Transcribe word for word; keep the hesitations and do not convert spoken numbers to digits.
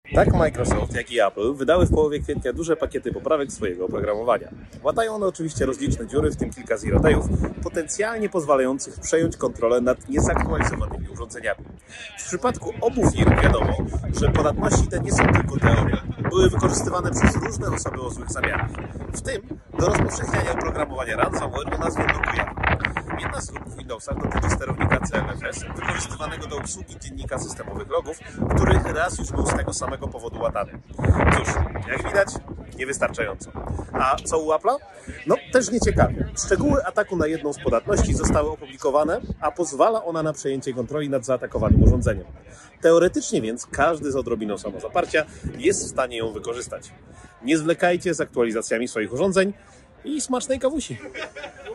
Tak Microsoft, jak i Apple wydały w połowie kwietnia duże pakiety poprawek swojego oprogramowania. Łatają one oczywiście rozliczne dziury, w tym kilka zero-dayów, potencjalnie pozwalających przejąć kontrolę nad niezaktualizowanymi urządzeniami. W przypadku obu firm wiadomo, że podatności te nie są tylko teorią. Były wykorzystywane przez różne osoby o złych zamiarach, w tym do rozpowszechniania oprogramowania ransomware o nazwie Nokia. Jedna z luk w Windowsach dotyczy sterownika C L F S, wykorzystywanego do obsługi dziennika systemowych logów, który raz już był z tego samego powodu łatany. Cóż, jak widać, niewystarczająco. A co u Apple'a? No, też nieciekawie. Szczegóły ataku na jedną z podatności zostały opublikowane, a pozwala ona na przejęcie kontroli nad zaatakowanym urządzeniem. Teoretycznie więc każdy z odrobiną samozaparcia jest w stanie ją wykorzystać. Nie zwlekajcie z aktualizacjami swoich urządzeń i smacznej kawusi.